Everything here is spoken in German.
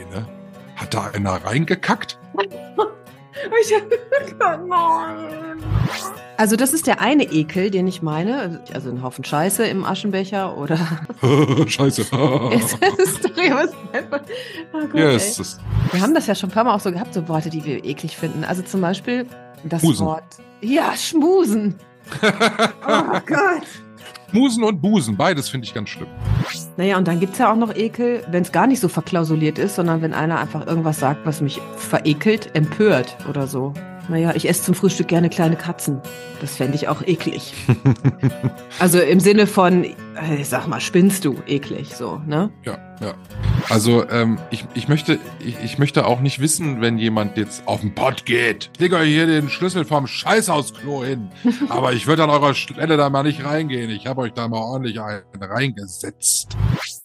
ne? Hat da einer reingekackt? Also das ist der eine Ekel, den ich meine. Also ein Haufen Scheiße im Aschenbecher oder... Scheiße. Sorry, was einfach... Oh Gott, Yes. Wir haben das ja schon ein paar Mal auch so gehabt, so Worte, die wir eklig finden. Also zum Beispiel das Schmusen. Wort... Ja, schmusen. Oh Gott. Schmusen und Busen, beides finde ich ganz schlimm. Naja, und dann gibt es ja auch noch Ekel, wenn es gar nicht so verklausuliert ist, sondern wenn einer einfach irgendwas sagt, was mich verekelt, empört oder so. Naja, ich esse zum Frühstück gerne kleine Katzen. Das fände ich auch eklig. Also im Sinne von, ich sag mal, spinnst du, eklig, so, ne? Ja. Also ich möchte auch nicht wissen, wenn jemand jetzt auf den Pott geht. Ich lege euch hier den Schlüssel vom Scheißhausklo hin. Aber ich würde an eurer Stelle da mal nicht reingehen. Ich habe euch da mal ordentlich einen reingesetzt.